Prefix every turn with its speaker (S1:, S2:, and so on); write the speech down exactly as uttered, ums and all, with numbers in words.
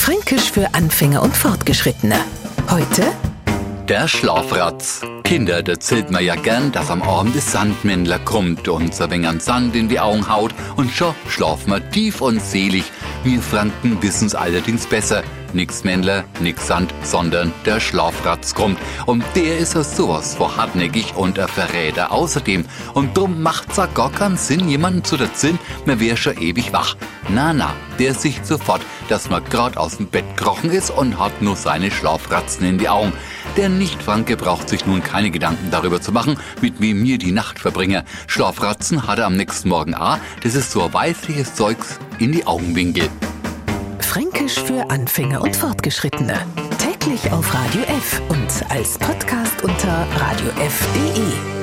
S1: Fränkisch für Anfänger und Fortgeschrittene. Heute
S2: der Schlafratz. Kinder, da zählt man ja gern, dass am Abend das Sandmännler kommt und so ein wenig an Sand in die Augen haut und schon schlafen wir tief und selig. Wir Franken wissen's allerdings besser. Nix Männler, nix Sand, sondern der Schlafratz kommt. Und der ist ja sowas von hartnäckig und ein Verräter außerdem. Und drum macht's ja gar keinen Sinn, jemanden zu erzählen, man wär schon ewig wach. Na, na, der sieht sofort, dass man grad aus dem Bett gekrochen ist und hat nur seine Schlafratzen in die Augen. Der Nicht-Franke braucht sich nun keine Gedanken darüber zu machen, mit wem mir die Nacht verbringe. Schlafratzen hat er am nächsten Morgen auch. Das ist so ein weißliches Zeugs in die Augenwinkel.
S1: Fränkisch für Anfänger und Fortgeschrittene. Täglich auf Radio F und als Podcast unter radio f punkt de.